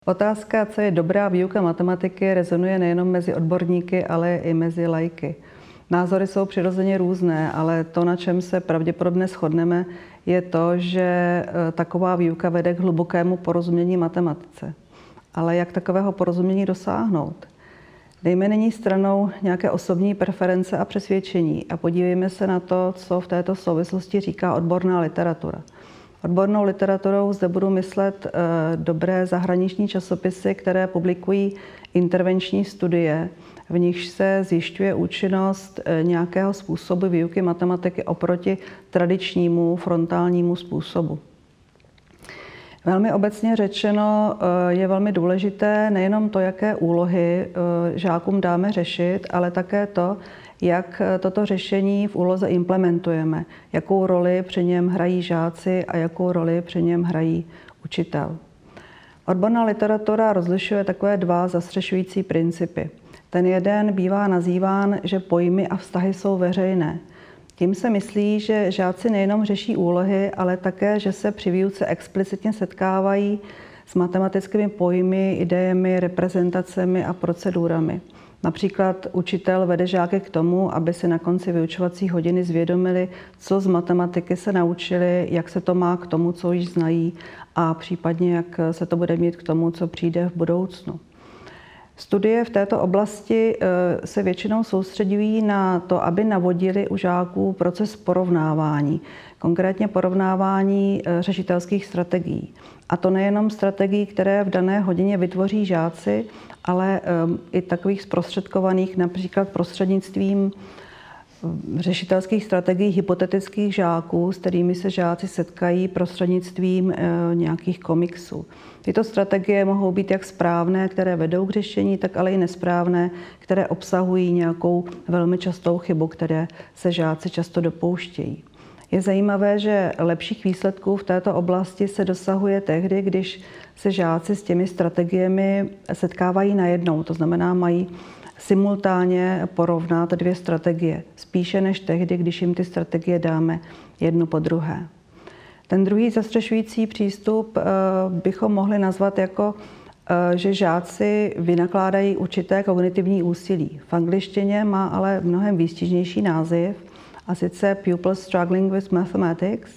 Otázka, co je dobrá výuka matematiky, rezonuje nejenom mezi odborníky, ale i mezi laiky. Názory jsou přirozeně různé, ale to, na čem se pravděpodobně shodneme, je to, že taková výuka vede k hlubokému porozumění matematice. Ale jak takového porozumění dosáhnout? Dejme nyní stranou nějaké osobní preference a přesvědčení a podívejme se na to, co v této souvislosti říká odborná literatura. Odbornou literaturou zde budu myslet dobré zahraniční časopisy, které publikují intervenční studie, v nichž se zjišťuje účinnost nějakého způsobu výuky matematiky oproti tradičnímu frontálnímu způsobu. Velmi obecně řečeno je velmi důležité nejenom to, jaké úlohy žákům dáme řešit, ale také to, jak toto řešení v úloze implementujeme, jakou roli při něm hrají žáci a jakou roli při něm hrají učitel. Odborná literatura rozlišuje takové dva zastřešující principy. Ten jeden bývá nazýván, že pojmy a vztahy jsou veřejné. Tím se myslí, že žáci nejenom řeší úlohy, ale také, že se při výuce explicitně setkávají s matematickými pojmy, idejemi, reprezentacemi a procedurami. Například učitel vede žáky k tomu, aby si na konci vyučovací hodiny zvědomili, co z matematiky se naučili, jak se to má k tomu, co již znají a případně jak se to bude mít k tomu, co přijde v budoucnu. Studie v této oblasti se většinou soustředují na to, aby navodili u žáků proces porovnávání, konkrétně porovnávání řešitelských strategií. A to nejenom strategií, které v dané hodině vytvoří žáci, ale i takových zprostředkovaných například prostřednictvím řešitelských strategií hypotetických žáků, s kterými se žáci setkají prostřednictvím nějakých komiksů. Tyto strategie mohou být jak správné, které vedou k řešení, tak ale i nesprávné, které obsahují nějakou velmi častou chybu, které se žáci často dopouštějí. Je zajímavé, že lepších výsledků v této oblasti se dosahuje tehdy, když se žáci s těmi strategiemi setkávají najednou, to znamená mají simultánně porovnat dvě strategie, spíše než tehdy, když jim ty strategie dáme jednu po druhé. Ten druhý zastřešující přístup bychom mohli nazvat jako, že žáci vynakládají určité kognitivní úsilí. V angličtině má ale mnohem výstižnější název, a sice Pupils Struggling with Mathematics.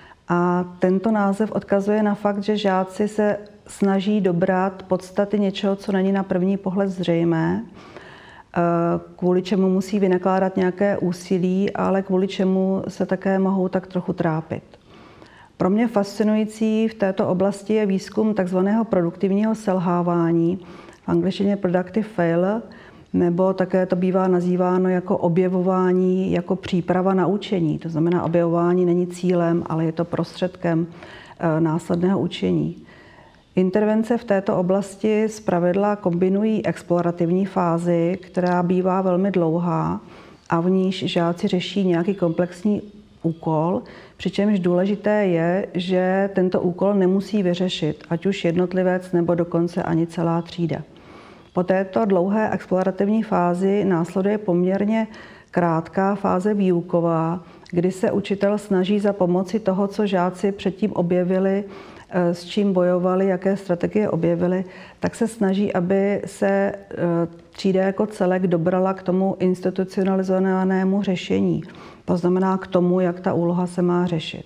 A tento název odkazuje na fakt, že žáci se snaží dobrat podstaty něčeho, co není na první pohled zřejmé, kvůli čemu musí vynakládat nějaké úsilí, ale kvůli čemu se také mohou tak trochu trápit. Pro mě fascinující v této oblasti je výzkum takzvaného produktivního selhávání, v angličtině productive failure, nebo také to bývá nazýváno jako objevování, jako příprava na učení. To znamená, objevování není cílem, ale je to prostředkem následného učení. Intervence v této oblasti zpravidla kombinují explorativní fázi, která bývá velmi dlouhá a v níž žáci řeší nějaký komplexní úkol, přičemž důležité je, že tento úkol nemusí vyřešit, ať už jednotlivec nebo dokonce ani celá třída. Po této dlouhé explorativní fázi následuje poměrně krátká fáze výuková, kdy se učitel snaží za pomoci toho, co žáci předtím objevili, s čím bojovali, jaké strategie objevili, tak se snaží, aby se třída jako celek dobrala k tomu institucionalizovanému řešení. To znamená k tomu, jak ta úloha se má řešit.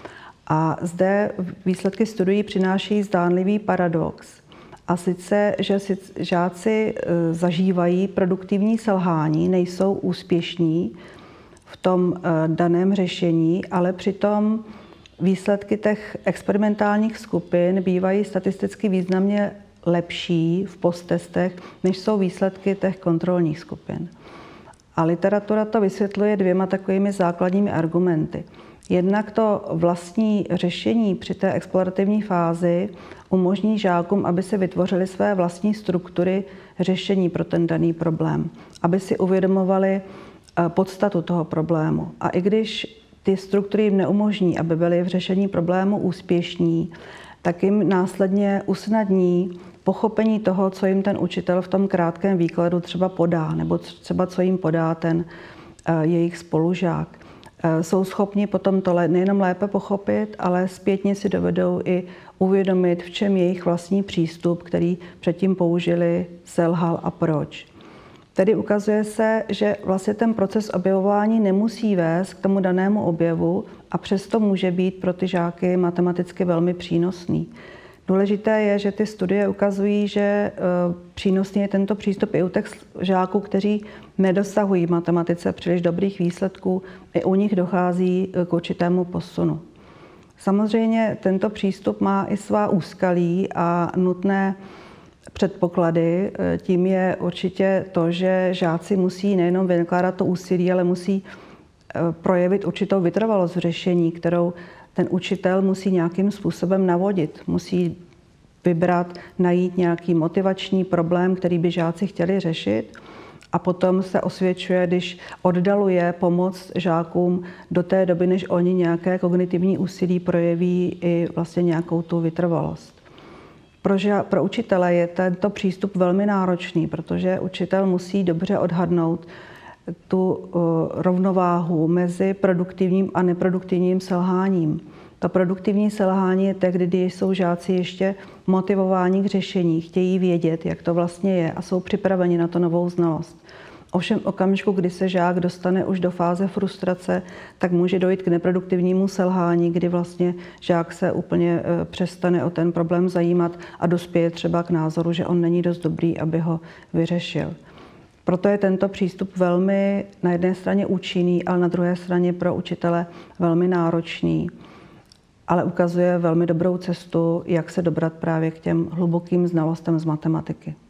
A zde výsledky studií přináší zdánlivý paradox. A sice, že žáci zažívají produktivní selhání, nejsou úspěšní v tom daném řešení, ale přitom výsledky těch experimentálních skupin bývají statisticky významně lepší v posttestech, než jsou výsledky těch kontrolních skupin. A literatura to vysvětluje dvěma takovými základními argumenty. Jednak to vlastní řešení při té explorativní fázi umožní žákům, aby si vytvořili své vlastní struktury řešení pro ten daný problém, aby si uvědomovali podstatu toho problému. A i když ty struktury jim neumožní, aby byli v řešení problému úspěšní, tak jim následně usnadní pochopení toho, co jim ten učitel v tom krátkém výkladu třeba podá, nebo třeba co jim podá ten jejich spolužák. Jsou schopni potom to nejenom lépe pochopit, ale zpětně si dovedou i uvědomit, v čem jejich vlastní přístup, který předtím použili, selhal a proč. Tedy ukazuje se, že vlastně ten proces objevování nemusí vést k tomu danému objevu a přesto může být pro ty žáky matematicky velmi přínosný. Důležité je, že ty studie ukazují, že přínosný je tento přístup i u těch žáků, kteří nedosahují v matematice příliš dobrých výsledků, i u nich dochází k určitému posunu. Samozřejmě tento přístup má i svá úskalí a nutné předpoklady. Tím je určitě to, že žáci musí nejenom vynakládat to úsilí, ale musí projevit určitou vytrvalost v řešení, kterou ten učitel musí nějakým způsobem navodit. Musí vybrat, najít nějaký motivační problém, který by žáci chtěli řešit. A potom se osvědčuje, když oddaluje pomoc žákům do té doby, než oni nějaké kognitivní úsilí projeví i vlastně nějakou tu vytrvalost. Pro učitele je tento přístup velmi náročný, protože učitel musí dobře odhadnout tu rovnováhu mezi produktivním a neproduktivním selháním. To produktivní selhání je tehdy, kdy jsou žáci ještě motivováni k řešení, chtějí vědět, jak to vlastně je a jsou připraveni na to novou znalost. Ovšem okamžiku, kdy se žák dostane už do fáze frustrace, tak může dojít k neproduktivnímu selhání, kdy vlastně žák se úplně přestane o ten problém zajímat a dospěje třeba k názoru, že on není dost dobrý, aby ho vyřešil. Proto je tento přístup velmi na jedné straně účinný, ale na druhé straně pro učitele velmi náročný, ale ukazuje velmi dobrou cestu, jak se dobrat právě k těm hlubokým znalostem z matematiky.